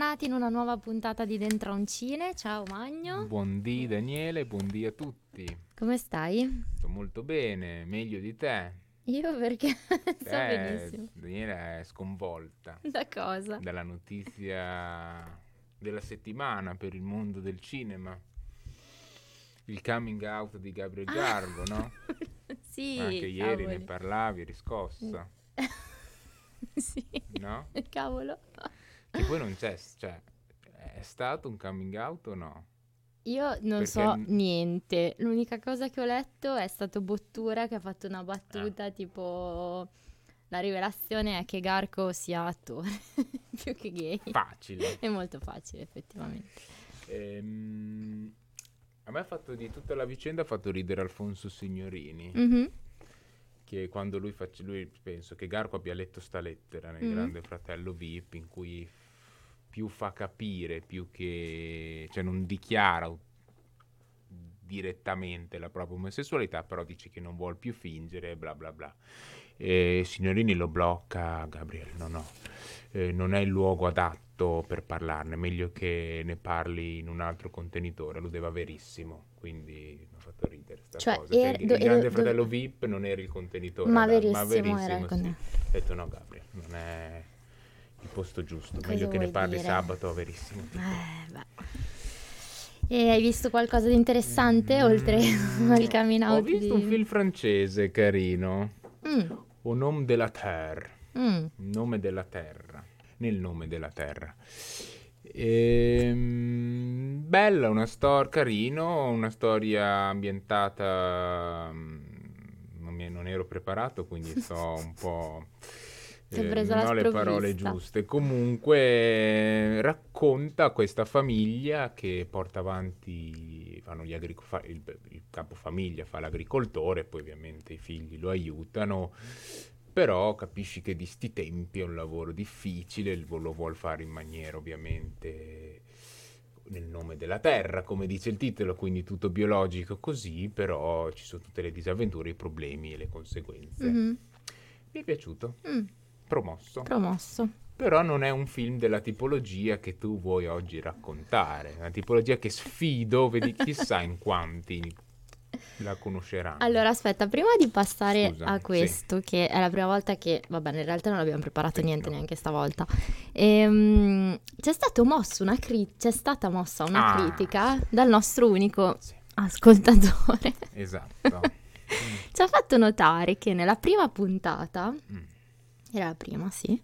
bentornati in una nuova puntata di Dentro a un Cine. Ciao Magno. Buondì Daniele, buondì a tutti. Come stai? Sto molto bene, meglio di te. Io perché sto benissimo. Daniele è sconvolta Da cosa? dalla notizia della settimana per il mondo del cinema. Il coming out di Gabriel Gargo, no? Sì, Anche ieri cavoli. ne parlavi, eri scossa, Sì, no? cavolo. Che poi non c'è, cioè, è stato un coming out o no? Io non Perché so niente. L'unica cosa che ho letto è stato Bottura che ha fatto una battuta tipo la rivelazione è che Garco sia attore più che gay. facile. È molto facile, effettivamente. A me ha fatto di tutta la vicenda ha fatto ridere Alfonso Signorini, Mhm. che quando lui penso che Garco abbia letto sta lettera nel Grande Fratello VIP in cui più fa capire, più che cioè non dichiara direttamente la propria omosessualità, però dice che non vuol più fingere, bla bla bla. E Signorini lo blocca: Gabriel, no, non è il luogo adatto per parlarne, meglio che ne parli in un altro contenitore, lo deve verissimo. Quindi mi ha fatto ridere sta Cioè, cosa, che il Grande Fratello VIP non era il contenitore ma adatto, ma verissimo era il verissimo sì. Ho detto no Gabriel, non è il posto giusto, Cosa meglio che ne vuoi parli dire? sabato a verissimo. Beh. E hai visto qualcosa di interessante oltre al coming Ho out visto un di... film francese carino, Mm, Au nom de la terre, mm. nome della terra, nel nome della terra. Bella, una storia, carino, una storia ambientata, non ero preparato, quindi sto un po'... Ti ho preso non la ho le parole sprovvista. giuste. Comunque racconta questa famiglia che porta avanti, fanno il capofamiglia fa l'agricoltore, poi ovviamente i figli lo aiutano, però capisci che di sti tempi è un lavoro difficile, lo vuol fare in maniera ovviamente nel nome della terra, come dice il titolo, quindi tutto biologico così, però ci sono tutte le disavventure, i problemi e le conseguenze. Mhm. Mi è piaciuto, Mm, promosso. promosso. Però non è un film della tipologia che tu vuoi oggi raccontare, una tipologia che sfido, vedi chissà in quanti la conosceranno. Allora, aspetta, prima di passare a Scusami, sì, questo, che è la prima volta che, vabbè, in realtà non abbiamo preparato sì, niente no. neanche stavolta, c'è stata mossa una Ah, critica sì, dal nostro unico sì, ascoltatore. esatto. Ci ha fatto notare che nella prima puntata, Mm. era la prima, sì,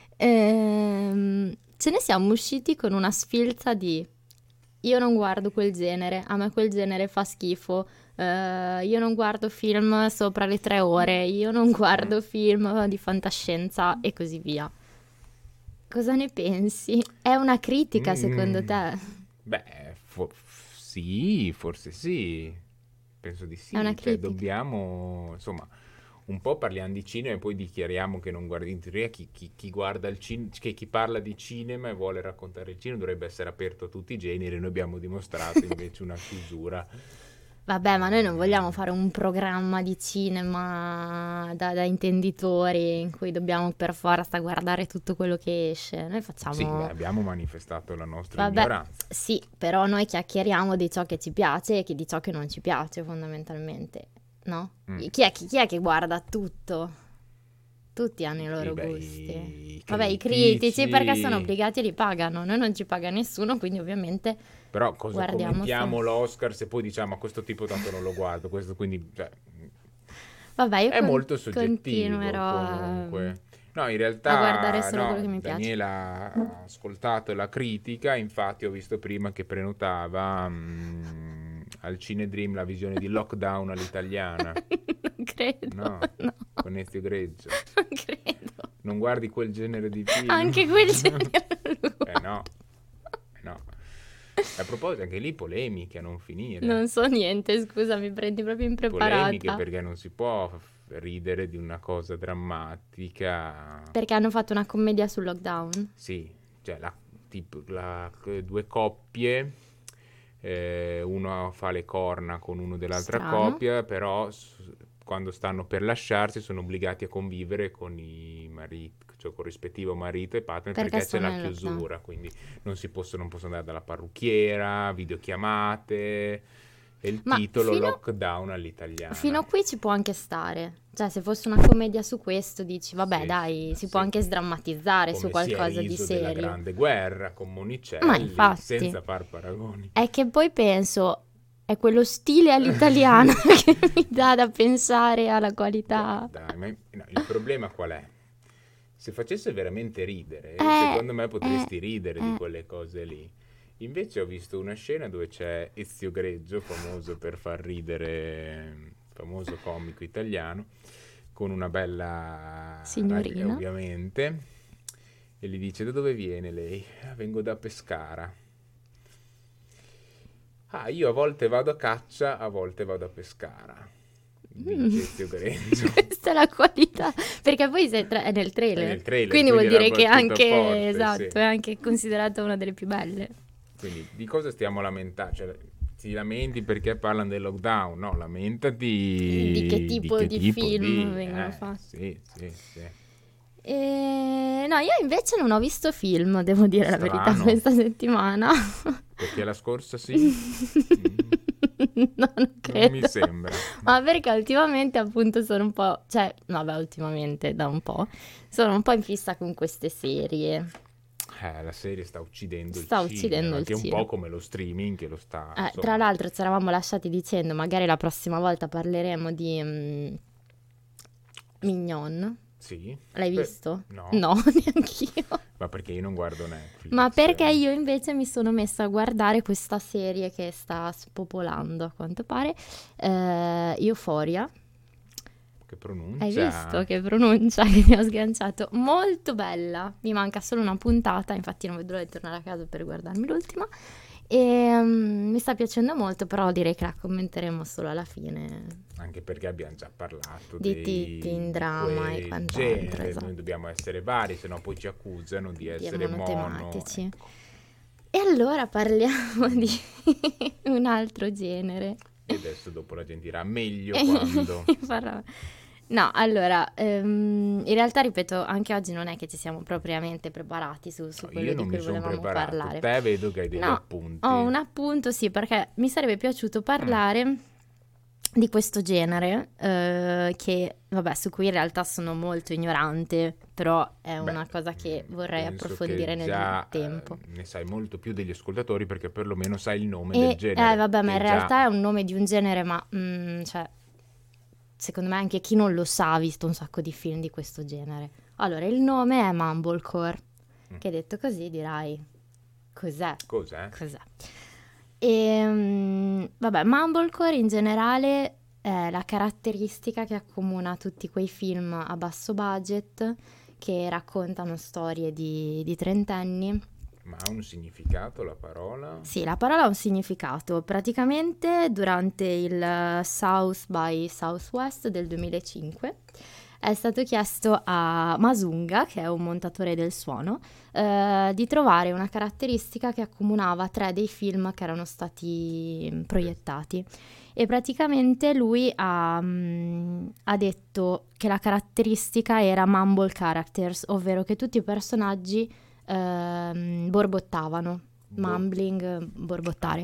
ce ne siamo usciti con una sfilza di io non guardo quel genere, a me quel genere fa schifo, io non guardo film sopra le 3 ore, io non guardo film di fantascienza e così via. Cosa ne pensi? È una critica secondo Mm. te? Beh, sì, forse sì, penso di È una sì, cioè critica. dobbiamo, insomma, un po' parliamo di cinema e poi dichiariamo che non guardi, in teoria chi guarda il cinema, che chi parla di cinema e vuole raccontare il cinema dovrebbe essere aperto a tutti i generi, noi abbiamo dimostrato invece una chiusura. Vabbè, ma noi non vogliamo fare un programma di cinema da intenditori in cui dobbiamo per forza guardare tutto quello che esce. Noi Sì, beh, facciamo... abbiamo manifestato la nostra Vabbè, ignoranza. sì, però noi chiacchieriamo di ciò che ci piace e di ciò che non ci piace fondamentalmente, no? Mm. Chi è che guarda tutto? Tutti hanno i E loro beh, gusti. i Vabbè, i critici perché sono critici. obbligati e li pagano, noi non ci paga nessuno, quindi ovviamente Però cosa guardiamo solo. commentiamo l'Oscar se poi diciamo a questo tipo tanto non lo guardo, questo quindi cioè, Vabbè, io è molto soggettivo continuerò comunque. No, in a guardare realtà solo quello no, che mi piace. Daniela ha ascoltato la critica, infatti ho visto prima che prenotava al Cinedream la visione di Lockdown all'italiana. Non credo, No, no, con Ezio Greggio. non credo. Non guardi quel genere di film? Anche quel genere non lo No, guardo. no. A proposito, anche lì polemiche a non finire. Non so niente, scusa, mi prendi proprio Polemiche impreparata. perché non si può ridere di una cosa drammatica. Perché hanno fatto una commedia sul lockdown? Sì, cioè due coppie, uno fa le corna con uno dell'altra Strano. coppia, però quando stanno per lasciarsi sono obbligati a convivere con i mariti, cioè con il rispettivo marito e partner, Perché perché c'è sono la in lockdown. chiusura, quindi non possono andare dalla parrucchiera, videochiamate, e il Ma titolo Lockdown all'italiana. fino a qui ci può anche stare. Cioè, se fosse una commedia su questo, dici, vabbè, Sì, sì, dai, ma si può sì. anche sdrammatizzare su Come si è qualcosa di riso della serio. Grande Guerra con Ma Monicelli, infatti, senza far paragoni. è che poi penso, è quello stile all'italiana che mi dà da pensare alla qualità. Guarda, no, il problema qual è? Se facesse veramente ridere, Eh, secondo me eh, potresti ridere di eh. quelle cose lì. Invece ho visto una scena dove c'è Ezio Greggio, famoso per far ridere, famoso comico italiano, con una bella Signorina. ovviamente, e gli dice: da dove viene lei? "Ah, vengo da Pescara. Ah, io a volte vado a caccia, a volte vado a Pescara", dice Ezio Greggio. Questa è la qualità, perché poi è nel È trailer, nel trailer, quindi vuol quindi è una dire che battuta anche, forte, sì. esatto, è anche considerata una delle più belle. Quindi di cosa stiamo lamentando? Cioè, ti lamenti perché parlano del lockdown? No, lamentati Di che di tipo che di tipo film di... vengono fatti. sì, sì, sì. No, io invece non ho visto film, devo dire la verità, Strano, questa settimana. perché la scorsa sì? Mm, No, non non mi credo. sembra. Ma perché ultimamente appunto sono un po', cioè, vabbè, ultimamente da un po', sono un po' in fissa con queste serie. La serie sta uccidendo il Sta uccidendo cinema, il che è un po' cinema. come lo streaming che lo sta, Tra insomma, l'altro ci eravamo lasciati dicendo, magari la prossima volta parleremo di Mignon. sì. L'hai Beh, visto? no, No, neanch'io. ma perché io non guardo Netflix. Ma perché io invece mi sono messa a guardare questa serie che sta spopolando, a quanto pare, Euphoria. Che Hai visto pronuncia... che pronuncia che ti ho sganciato? Molto bella, mi manca solo una puntata, infatti non vedo l'ora di tornare a casa per guardarmi l'ultima. E mi sta piacendo molto, però direi che la commenteremo solo alla fine Anche perché abbiamo già parlato di teen di drama e quel quant'altro, genere, esatto. noi dobbiamo essere vari, se no poi ci accusano di Di essere mono. monotematici. Ecco. E allora parliamo Mm. di un altro genere. E adesso dopo la gente dirà meglio quando... Farò- No, allora, in realtà ripeto, anche oggi non è che ci siamo propriamente preparati su No, quello io di non cui mi sono volevamo preparato, parlare. te vedo che hai degli No, ho appunti. un appunto, sì, perché mi sarebbe piaciuto parlare di questo genere, che, vabbè, su cui in realtà sono molto ignorante, però è Beh, una cosa che vorrei penso approfondire che nel già tempo. ne sai molto più degli ascoltatori perché perlomeno sai il nome del E, genere, vabbè, ma in che già... realtà è un nome di un genere, ma, cioè, secondo me anche chi non lo sa ha visto un sacco di film di questo genere. Allora, il nome è Mumblecore, che detto così dirai, cos'è? Cos'è? Cos'è? Vabbè, Mumblecore in generale è la caratteristica che accomuna tutti quei film a basso budget che raccontano storie di trentenni. Ma ha un significato la parola? Sì, la parola ha un significato. Praticamente durante il South by Southwest del 2005 è stato chiesto a Masunga, che è un montatore del suono, di trovare una caratteristica che accomunava 3 dei film che erano stati proiettati. E praticamente lui ha detto che la caratteristica era mumble characters, ovvero che tutti i personaggi borbottavano, mumbling, borbottare.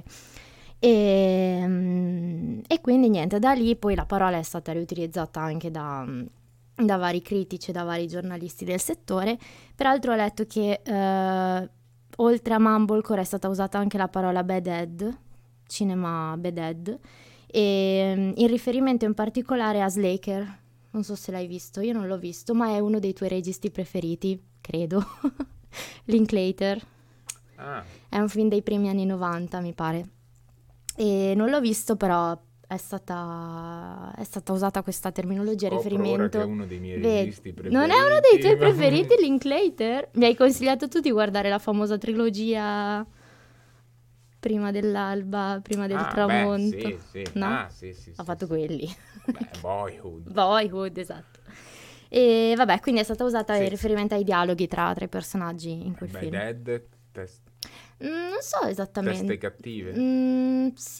E quindi niente, da lì poi la parola è stata riutilizzata anche da vari critici, da vari giornalisti del settore. Peraltro ho letto che oltre a mumblecore è stata usata anche la parola bedhead, cinema bedhead, e in riferimento in particolare a Slaker. Non so se l'hai visto, io non l'ho visto, ma è uno dei tuoi registi preferiti, credo. Linklater. Ah, È un film dei primi anni 90, mi pare. E non l'ho visto, però è stata usata questa terminologia a scopro ora che è riferimento. uno dei miei Vedi, registi non è uno dei tuoi preferiti. preferiti, Linklater? Mi hai consigliato tu di guardare la famosa trilogia Prima dell'alba, Prima del Ah, beh, tramonto. sì, sì. No? Ah, sì, sì, Ha sì, fatto sì. quelli. Beh, Boyhood. Boyhood, esatto. E vabbè, quindi è stata usata in Sì. riferimento ai dialoghi tra i personaggi in quel Bad film. Ed, Non so teste esattamente. cattive. Sì.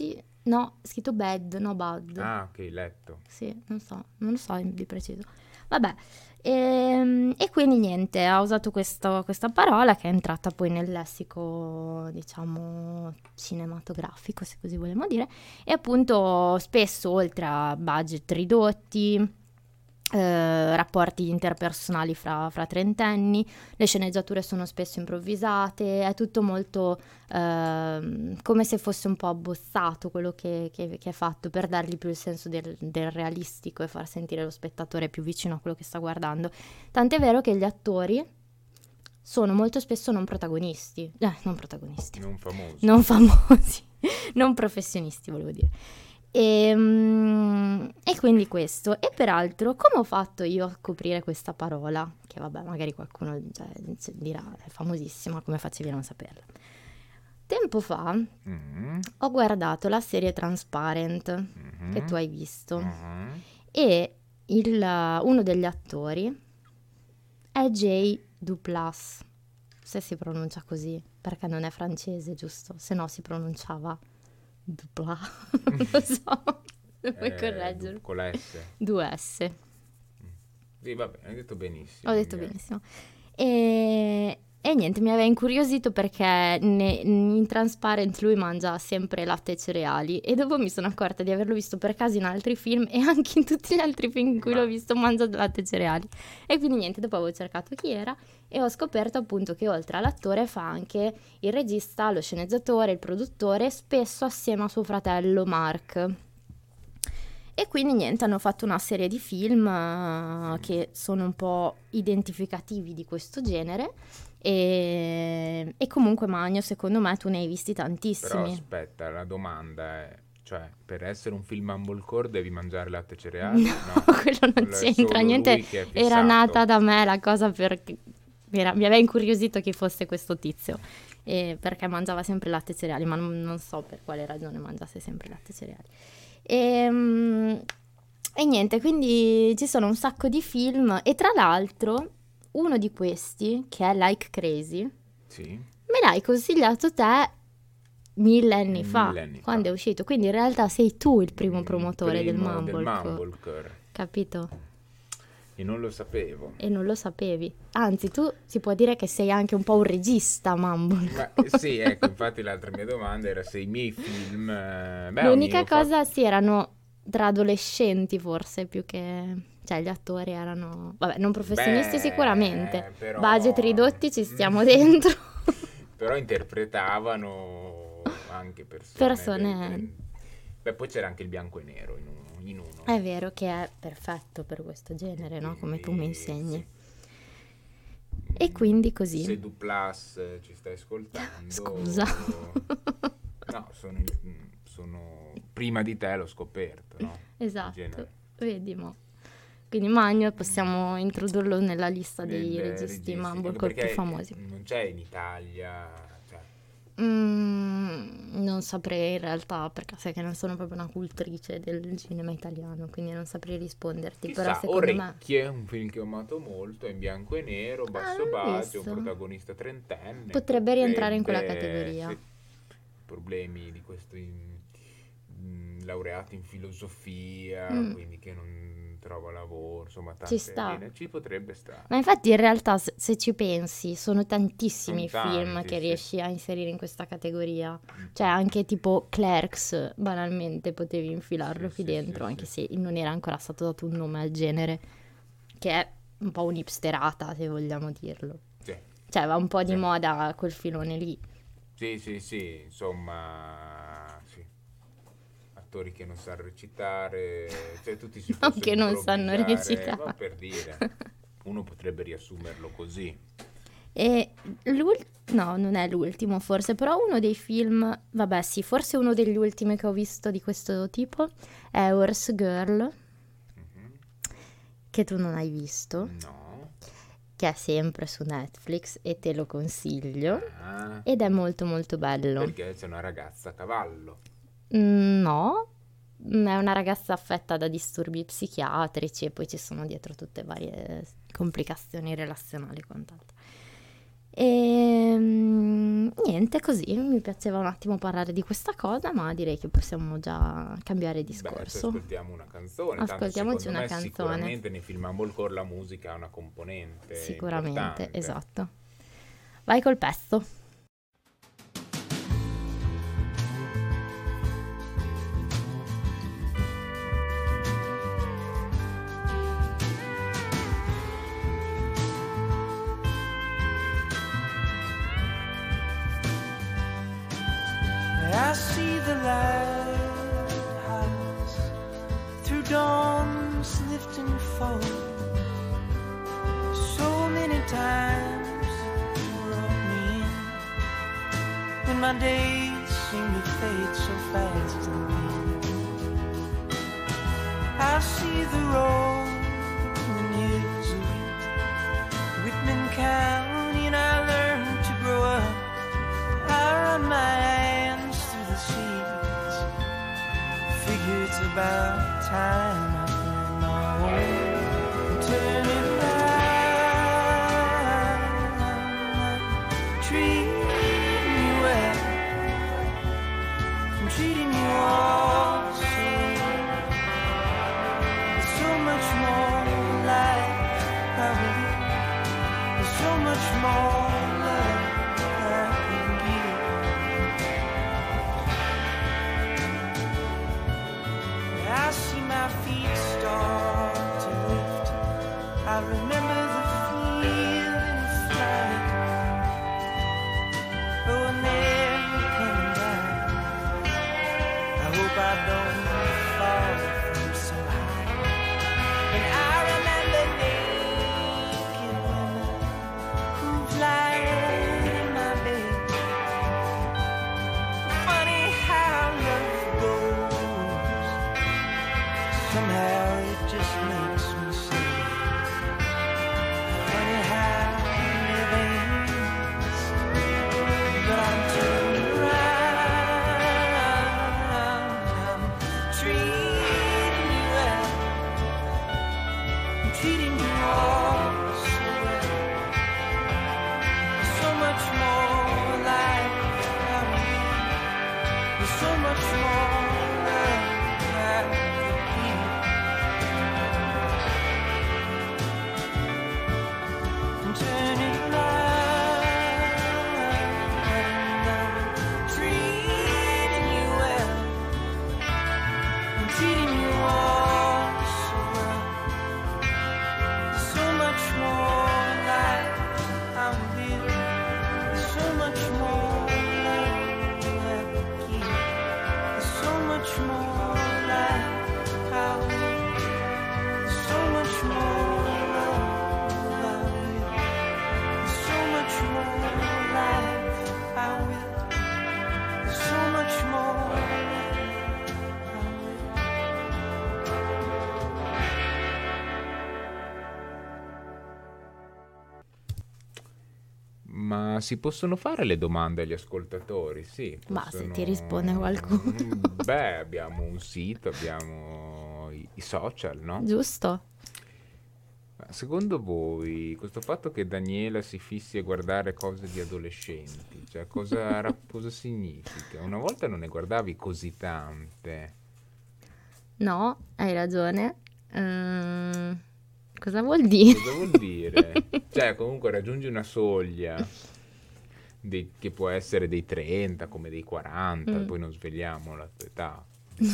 No, è scritto bad, no bad. Ah, ok, letto. Sì, non lo so di preciso. Vabbè, e quindi niente, ha usato questa parola che è entrata poi nel lessico, diciamo, cinematografico, se così vogliamo dire, e appunto spesso oltre a budget ridotti, rapporti interpersonali fra trentenni, le sceneggiature sono spesso improvvisate, è tutto molto come se fosse un po' abbozzato quello che è fatto, per dargli più il senso del realistico e far sentire lo spettatore più vicino a quello che sta guardando. Tant'è vero che gli attori sono molto spesso non protagonisti, non protagonisti, Non famosi. non famosi, non professionisti, volevo dire. E quindi questo. E peraltro, come ho fatto io a scoprire questa parola? Che vabbè, magari qualcuno dirà è famosissima, come facevi a non saperla? Tempo fa ho guardato la serie Transparent, che tu hai visto, e uno degli attori è Jay Duplass, se si pronuncia così, perché non è francese, giusto? Se no si pronunciava Dupla, non lo so, puoi correggerlo. Con la S. 2S. Sì, vabbè, hai detto benissimo. Ho detto benissimo. E niente, mi aveva incuriosito perché in Transparent lui mangia sempre latte e cereali, e dopo mi sono accorta di averlo visto per caso in altri film, e anche in tutti gli altri film in cui l'ho visto mangia latte e cereali. E quindi niente, dopo avevo cercato chi era e ho scoperto appunto che oltre all'attore fa anche il regista, lo sceneggiatore, il produttore, spesso assieme a suo fratello Mark. E quindi niente, hanno fatto una serie di film che sono un po' identificativi di questo genere, e comunque Magno, secondo me tu ne hai visti tantissimi. Però aspetta, la domanda è, cioè, per essere un film Mumblecore devi mangiare latte e cereali? No, quello non c'entra niente, era nata da me la cosa perché mi aveva incuriosito chi fosse questo tizio, perché mangiava sempre latte e cereali, ma non so per quale ragione mangiasse sempre latte e cereali. E niente, quindi ci sono un sacco di film, e tra l'altro uno di questi, che è Like Crazy, sì, me l'hai consigliato te 1000 anni fa, quando è uscito, quindi in realtà sei tu il primo promotore del Mumblecore, capito? E non lo sapevo. E non lo sapevi. Anzi, tu si può dire che sei anche un po' un regista Mumblecore. Sì, ecco, infatti l'altra mia domanda era se i miei film... L'unica cosa, sì, erano tra adolescenti forse, più che... Cioè, gli attori erano... Vabbè, non professionisti sicuramente. Però... Budget ridotti ci stiamo dentro. Però interpretavano anche persone... Beh, poi c'era anche il bianco e nero in uno. È vero, che è perfetto per questo genere, no? Come tu mi insegni. Sì. E quindi così. Se Duplass ci stai ascoltando... Scusa. No, sono... Prima di te l'ho scoperto, no? Esatto, vedi mo'. Quindi Magno possiamo introdurlo nella lista dei registi Mumblecore più famosi. Non c'è in Italia, cioè. Non saprei in realtà, perché sai che non sono proprio una cultrice del cinema italiano, quindi non saprei risponderti. Chissà, però secondo Orecchie è un film che ho amato molto, è in bianco e nero, basso budget, un protagonista trentenne. Potrebbe rientrare in quella categoria. Sì, problemi di questi laureati in filosofia, quindi che non trova lavoro, insomma, ci sta. Ci potrebbe stare. Ma infatti in realtà se ci pensi sono tantissimi film che riesci a inserire in questa categoria, cioè anche tipo Clerks banalmente potevi infilarlo qui dentro, anche se non era ancora stato dato un nome al genere, che è un po' un'hipsterata se vogliamo dirlo, cioè va un po' di moda quel filone lì. Sì, insomma, sì. Attori che non sanno recitare, cioè tutti si possono che non sanno recitare, ma per dire, uno potrebbe riassumerlo così. E no, non è l'ultimo forse, però uno dei film, vabbè sì, forse uno degli ultimi che ho visto di questo tipo è Horse Girl, che tu non hai visto. No. Che è sempre su Netflix e te lo consiglio, ed è molto molto bello. Perché c'è una ragazza a cavallo. No, è una ragazza affetta da disturbi psichiatrici e poi ci sono dietro tutte varie complicazioni relazionali e quant'altro. E niente, così mi piaceva un attimo parlare di questa cosa, ma direi che possiamo già cambiare Beh, adesso discorso. ascoltiamo una canzone, tanto Ascoltiamoci secondo una me canzone. sicuramente nei film Mumblecore la musica ha una componente Sicuramente, importante. esatto. Vai col pezzo. I see the lighthouse through dawn's lift and fall. So many times you brought me in when my days seem to fade so fast and dim. I see the rolling hills of Whitman County, and I learned to grow up. I run my hands through the seas, figure it's about time I find my home and turn it around. Treating you well, I'm treating you all so well. There's so much more life I will live. There's so much more love I can give. I see my feet start to lift. I remember the feeling of flying. But when they're coming down, I hope I don't fall from so high. And I remember naked women who've lied in my bed. Funny how love goes. Somehow it just makes me sick. Funny how love ends, but I'm turning around. I'm treating you well. I'm treating you all so well. There's so much more life I will live. There's so much more love I could give. I'm turning around. I'm treating you well. I'm treating you all so well. There's so much more life I will live. There's so much more love I could give. There's so much more life I will live. There's so much more love I will live. There's so much more life I will. There's so much more life I will. Ma si possono fare le domande agli ascoltatori? Sì, Ma se possono... ti risponde qualcuno. Beh, abbiamo un sito, abbiamo i social, no? Giusto? Ma secondo voi, questo fatto che Daniela si fissi a guardare cose di adolescenti, cioè cosa significa? Una volta non ne guardavi così tante. No, hai ragione. Cosa vuol dire? Cosa vuol dire? Cioè, comunque raggiungi una soglia che può essere dei 30 come dei 40, Mm. poi non svegliamo la tua età.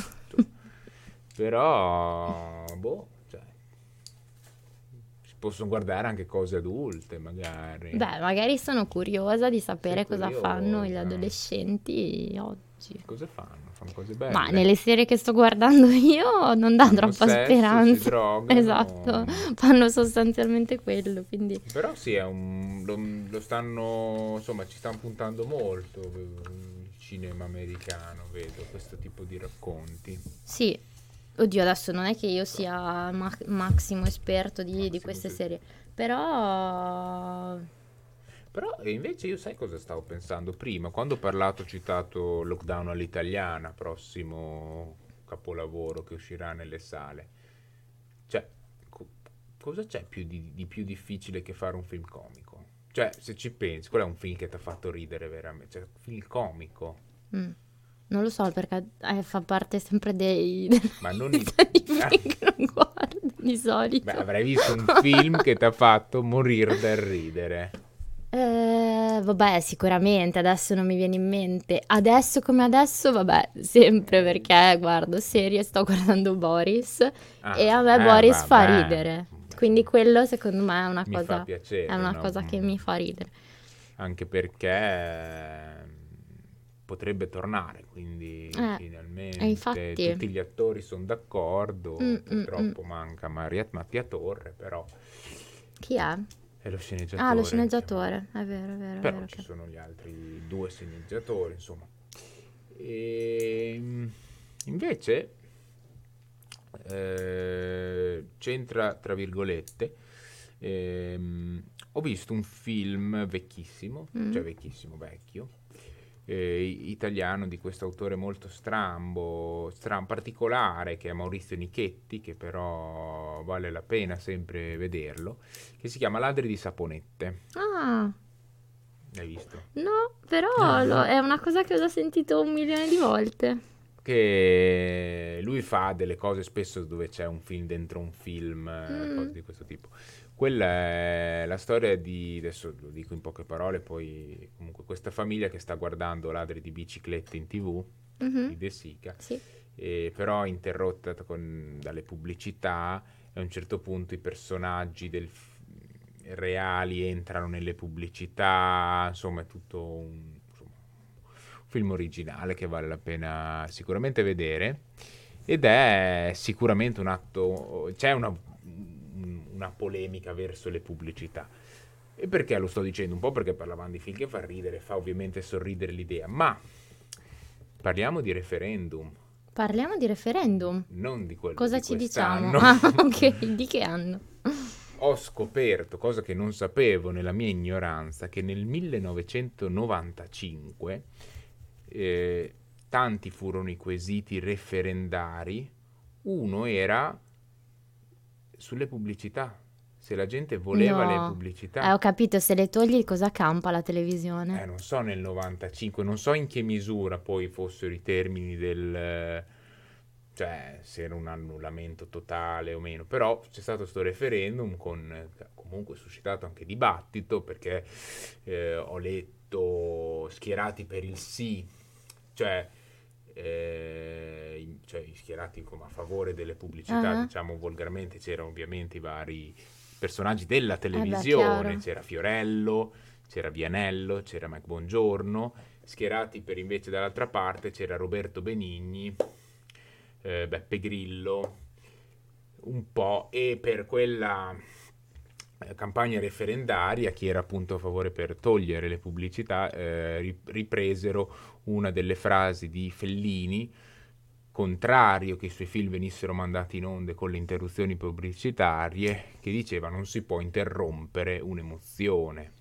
Però, boh, cioè, si possono guardare anche cose adulte, magari. Beh, magari sono curiosa di sapere Sei cosa fanno gli curiosa. adolescenti oggi. Cosa fanno? Fanno cose belle. Ma nelle serie che sto guardando io non dà Fanno troppa sesso, si speranza. drogano. Esatto, fanno sostanzialmente quello, quindi Però sì, lo stanno, insomma, ci stanno puntando molto il cinema americano, vedo, questo tipo di racconti. sì. Oddio, adesso non è che io sia massimo esperto di Massimo queste sì. serie, però Però invece io sai cosa stavo pensando prima, quando ho parlato, ho citato Lockdown all'italiana, prossimo capolavoro che uscirà nelle sale. Cioè, cosa c'è di più difficile che fare un film comico? Cioè, se ci pensi, quello è un film che ti ha fatto ridere veramente, cioè, un film comico. Mm. Non lo so perché fa parte sempre Ma non dei film che non guardo di solito. Beh, avrai visto un film che ti ha fatto morire dal ridere. Vabbè, sicuramente, adesso non mi viene in mente. Adesso come adesso, vabbè, sempre perché guardo serie, sto guardando Boris e a me Boris fa vabbè. ridere. Quindi quello secondo me è una Mi fa cosa, piacere, è una no? cosa che mi fa ridere. Anche perché potrebbe tornare, quindi finalmente infatti. tutti gli attori sono d'accordo, purtroppo manca Mattia Torre, però Chi è? è lo sceneggiatore. Ah, lo sceneggiatore, è vero, è vero. È Però vero ci che- sono gli altri 2 sceneggiatori, insomma. E invece c'entra tra virgolette. Ho visto un film vecchissimo, cioè vecchissimo, vecchio, italiano di questo autore molto particolare, che è Maurizio Nichetti, che però vale la pena sempre vederlo, che si chiama Ladri di Saponette. Ah, L'hai visto? no, però è una cosa che ho già sentito 1.000.000 di volte. Che lui fa delle cose spesso dove c'è un film dentro un film, cose di questo tipo. Quella è la storia di, adesso lo dico in poche parole, poi comunque questa famiglia che sta guardando Ladri di biciclette in TV di De Sica, Sì. però interrotta dalle pubblicità, e a un certo punto i personaggi reali entrano nelle pubblicità, insomma è tutto un film originale che vale la pena sicuramente vedere, ed è sicuramente un atto, c'è una polemica verso le pubblicità. E perché lo sto dicendo? Un po' perché parlavamo di film che fa ridere, fa ovviamente sorridere l'idea, ma parliamo di referendum, Parliamo di referendum. non di quello Cosa di ci quest'anno. diciamo? Ah, ok, di che anno? Ho scoperto, cosa che non sapevo nella mia ignoranza, che nel 1995 tanti furono i quesiti referendari. Uno era sulle pubblicità, se la gente voleva le No. pubblicità. Ho capito, se le togli cosa campa la televisione? Non so nel 95, non so in che misura poi fossero i termini cioè se era un annullamento totale o meno, però c'è stato questo referendum comunque suscitato anche dibattito, perché ho letto schierati per il sì, cioè schierati come a favore delle pubblicità, diciamo volgarmente, c'erano ovviamente i vari personaggi della televisione, chiaro. c'era Fiorello, c'era Vianello, c'era Mike Bongiorno, schierati per invece dall'altra parte c'era Roberto Benigni, Beppe Grillo, un po', e per quella campagna referendaria, chi era appunto a favore per togliere le pubblicità, ripresero una delle frasi di Fellini, contrario che i suoi film venissero mandati in onde con le interruzioni pubblicitarie, che diceva: non si può interrompere un'emozione.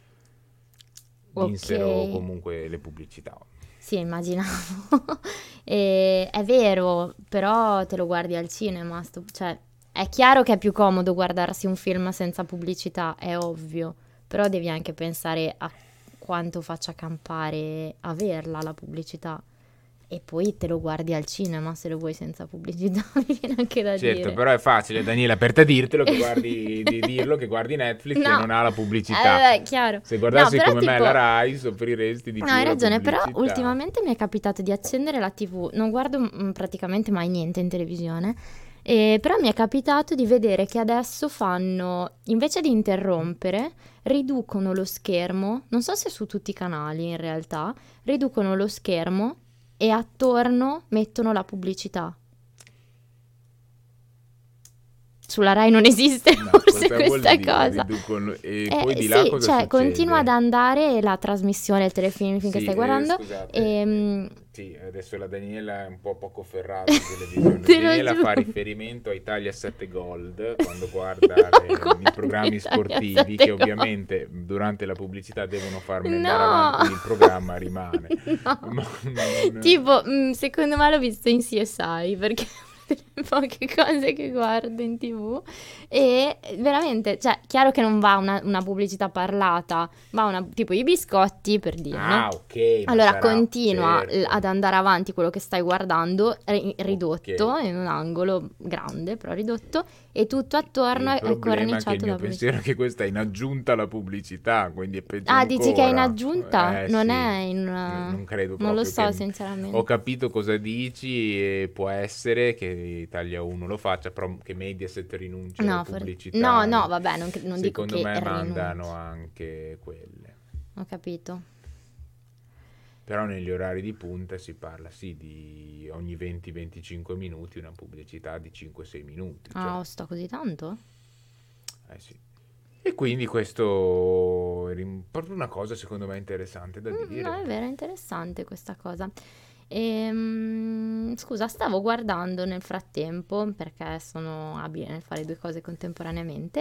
Vinsero comunque le pubblicità. Sì, immaginavo. È vero, però te lo guardi al cinema, cioè è chiaro che è più comodo guardarsi un film senza pubblicità, è ovvio, però devi anche pensare a quanto faccia campare averla la pubblicità. E poi te lo guardi al cinema se lo vuoi senza pubblicità, mi viene anche da dire. Certo, però è facile, Daniela, per te dirtelo che guardi, di dirlo che guardi Netflix e No. non ha la pubblicità. Chiaro. Se guardassi No, però come me tipo- la Rai, soffriresti di più No, hai la ragione, però pubblicità. ultimamente mi è capitato di accendere la TV, non guardo praticamente mai niente in televisione, però mi è capitato di vedere che adesso fanno, invece di interrompere, riducono lo schermo, non so se su tutti i canali in realtà, riducono lo schermo e attorno mettono la pubblicità. Sulla Rai non esiste No, forse cosa vuol questa dire? cosa. Riducono- e poi di là sì, cosa cioè succede? continua ad andare la trasmissione, il telefilm che Sì, stai guardando. scusate. Sì, adesso la Daniela è un po' poco ferrata in televisione. Te lo Daniela giuro. fa riferimento a Italia 7 Gold quando guarda i programmi Italia sportivi, 7 che Gold. ovviamente durante la pubblicità devono farmi andare No. avanti, quindi il programma rimane. No. Ma non- Tipo, secondo me l'ho visto in CSI perché delle poche cose che guardo in TV. E veramente, cioè, chiaro che non va una pubblicità parlata, va tipo i biscotti, per dire, no? Ok. ma Allora sarà- continua certo. ad andare avanti quello che stai guardando, ridotto, Ok. in un angolo grande, però ridotto, e tutto attorno Il è problema è che corniciato il mio da pubblicità. pensiero è che questa è in aggiunta alla pubblicità, quindi è peggio Ah, dici che è in ancora. aggiunta? Non Sì. è in... Non credo Non lo proprio so, che- sinceramente. Ho capito cosa dici e può essere che Italia 1 lo faccia, però che Mediaset rinuncia alla No, pubblicità. no, vabbè, non dico Secondo che me rinuncia. mandano anche quelle. Ho capito. Però negli orari di punta si parla sì di ogni 20-25 minuti una pubblicità di 5-6 minuti. Ah, sto così tanto? Sì. E quindi questo è proprio una cosa secondo me interessante da dire. No, è vero, è interessante questa cosa. Scusa, stavo guardando nel frattempo, perché sono abile nel fare due cose contemporaneamente,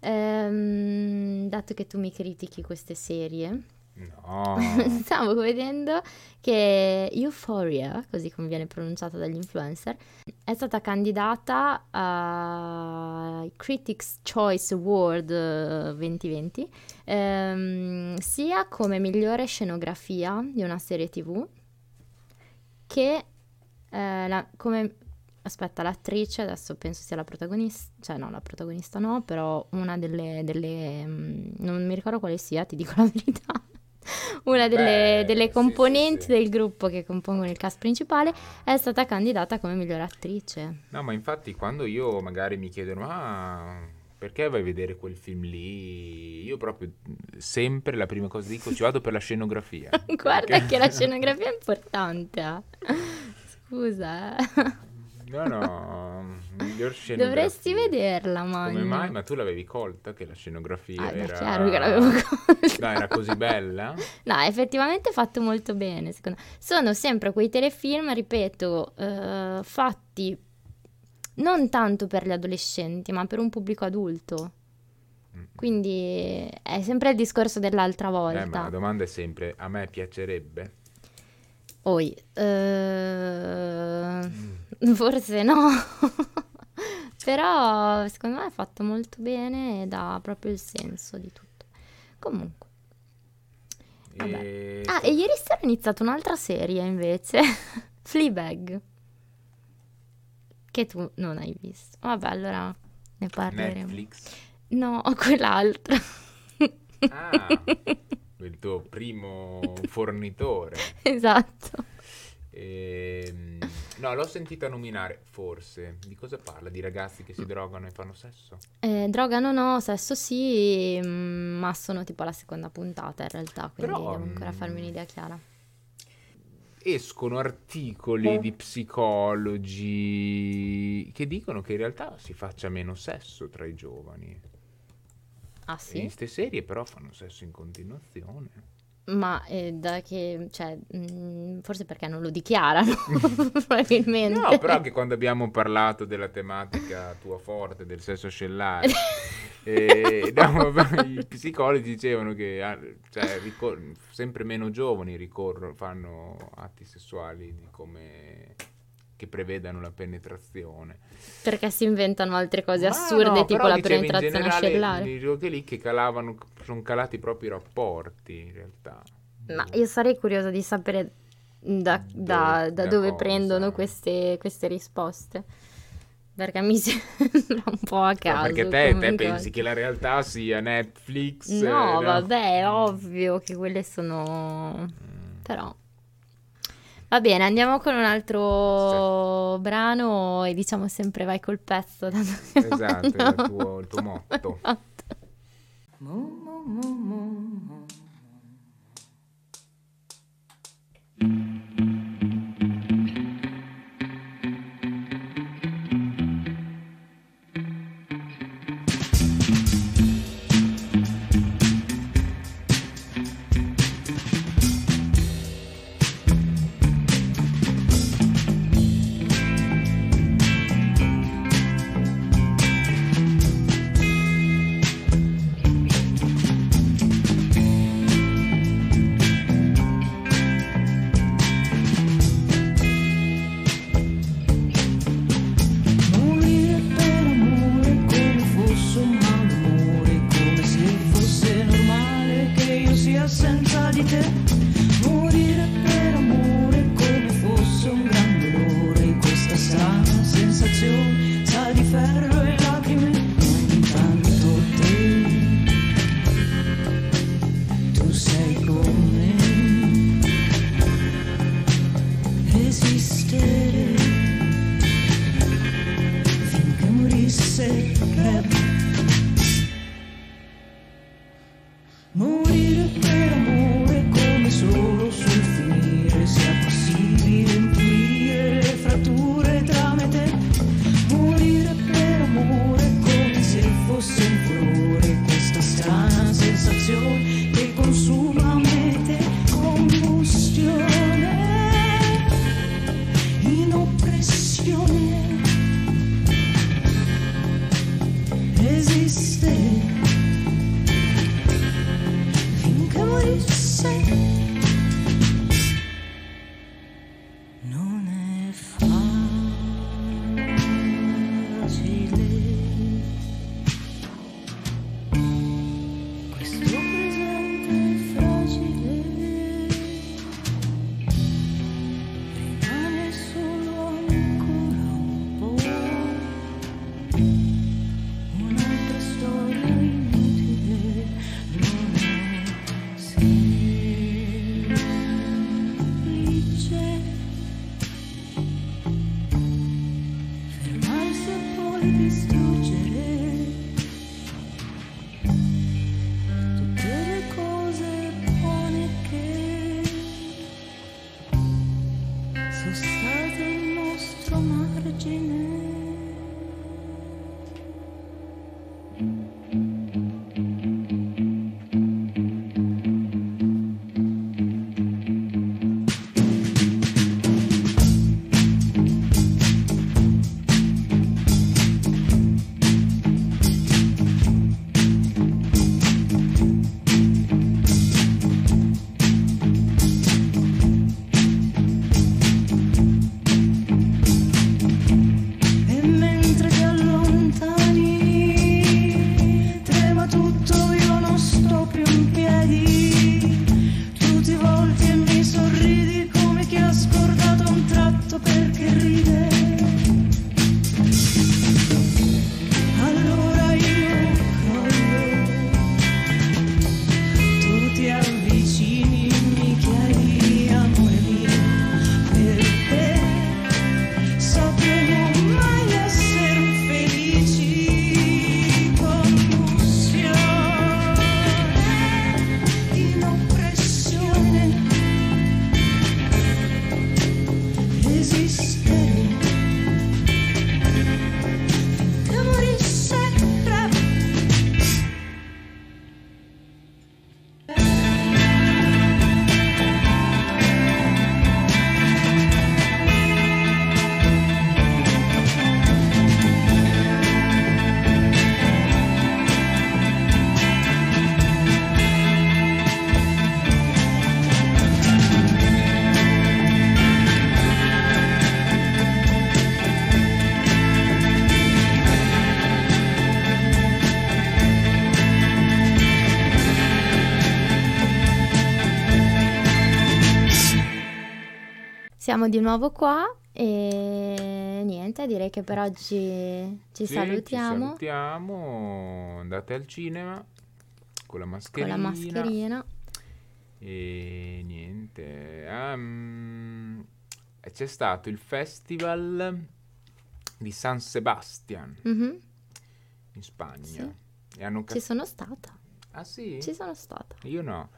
dato che tu mi critichi queste serie. No. Stavo vedendo che Euphoria, così come viene pronunciata dagli influencer, è stata candidata ai Critics' Choice Award 2020, sia come migliore scenografia di una serie TV che come... Aspetta, l'attrice, adesso penso sia la protagonista, cioè no, la protagonista no, però una delle non mi ricordo quale sia, ti dico la verità. Una delle sì, componenti sì. del gruppo che compongono il cast principale è stata candidata come miglior attrice. No, ma infatti quando io magari mi chiedono perché vai a vedere quel film lì? Io proprio sempre la prima cosa dico ci vado per la scenografia. Guarda Perché- che la scenografia è importante. Scusa, No, miglior scenografia. dovresti vederla, Come mai? Magno. Ma tu l'avevi colta che la scenografia Ah, beh, era... chiaro che l'avevo colta. No, era così bella? No, effettivamente è fatto molto bene, secondo me. Sono sempre quei telefilm, ripeto, fatti non tanto per gli adolescenti, ma per un pubblico adulto. Quindi è sempre il discorso dell'altra Ma la volta. domanda è sempre, a me piacerebbe? Poi, forse no. Però secondo me è fatto molto bene e dà proprio il senso di tutto. Comunque. Vabbè. E... E ieri sera ho iniziato un'altra serie invece, Fleabag, che tu non hai visto. Vabbè, allora ne parleremo. Netflix? No, quell'altra. Ah, il tuo primo fornitore. Esatto. No, l'ho sentita nominare, forse. Di cosa parla? Di ragazzi che si drogano e fanno sesso? Droga no, sesso sì, ma sono tipo alla seconda puntata in realtà, quindi Però, devo ancora farmi un'idea chiara. Escono articoli di psicologi che dicono che in realtà si faccia meno sesso tra i giovani. Ah E sì? in ste serie però fanno sesso in continuazione. Ma da che, cioè, forse perché non lo dichiarano, probabilmente. No, però anche quando abbiamo parlato della tematica tua forte del sesso ascellare, i psicologi dicevano che sempre meno giovani fanno atti sessuali che prevedano la penetrazione. Perché si inventano altre cose Ma assurde, no, tipo però la dicevi in penetrazione generale, ascellare. dicevo che lì che sono calati proprio i rapporti in realtà. Ma io sarei curiosa di sapere da Da dove cosa? prendono queste risposte. Perché mi sembra un po' a No, caso. perché te come pensi cosa. che la realtà sia Netflix? No, vabbè, è ovvio che quelle sono... Però... Va bene, andiamo con un altro brano e diciamo sempre vai col pezzo. tanto che Esatto, è voglio- il tuo motto. resistere finché morisse Reb. Morire per amore come solo sul finire sia possibile intuire le fratture tra me e te. Morire per amore come se fosse un furore questa strana sensazione che consuma me e te. Combustione in oppressione, resistere finché morisse. Non è facile questo presente fragile, rimane solo ancora un po', un'altra storia inutile, non è semplice fermarsi e poi distruggere tutte le cose buone che sono state il nostro margine. E mentre ti allontani, trema tutto, io non sto più in piedi. Tu ti volti e mi sorridi come chi ha scordato un tratto perché ride. Allora io crollo, tu ti avvicini, mi chiedi amore mio, per te sapremo mai essere felici. Combustione in oppressione, resistere finché morisse Reb. Siamo di nuovo qua e niente, direi che per oggi ci Sì, salutiamo Ci salutiamo, andate al cinema con la con mascherina. la mascherina. E niente. C'è stato il festival di San Sebastian Mhm, in Spagna. sì. E hanno Ci sono stata. Ah sì? Ci sono stata. Io no.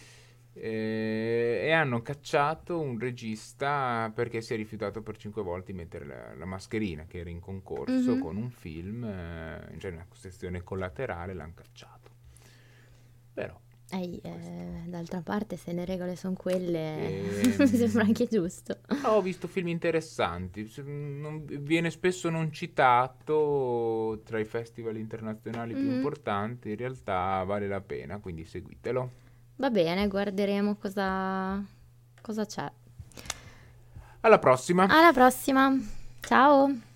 E hanno cacciato un regista perché si è rifiutato per 5 volte di mettere la mascherina che era in concorso Mhm. con un film, cioè una questione collaterale, l'hanno cacciato. Però D'altra parte, se le regole sono quelle, Ehm, mi sembra anche giusto. ho visto film interessanti, viene spesso non citato tra i festival internazionali più Mhm. importanti, in realtà vale la pena, quindi seguitelo. Va bene, guarderemo cosa c'è. Alla prossima! Alla prossima. Ciao.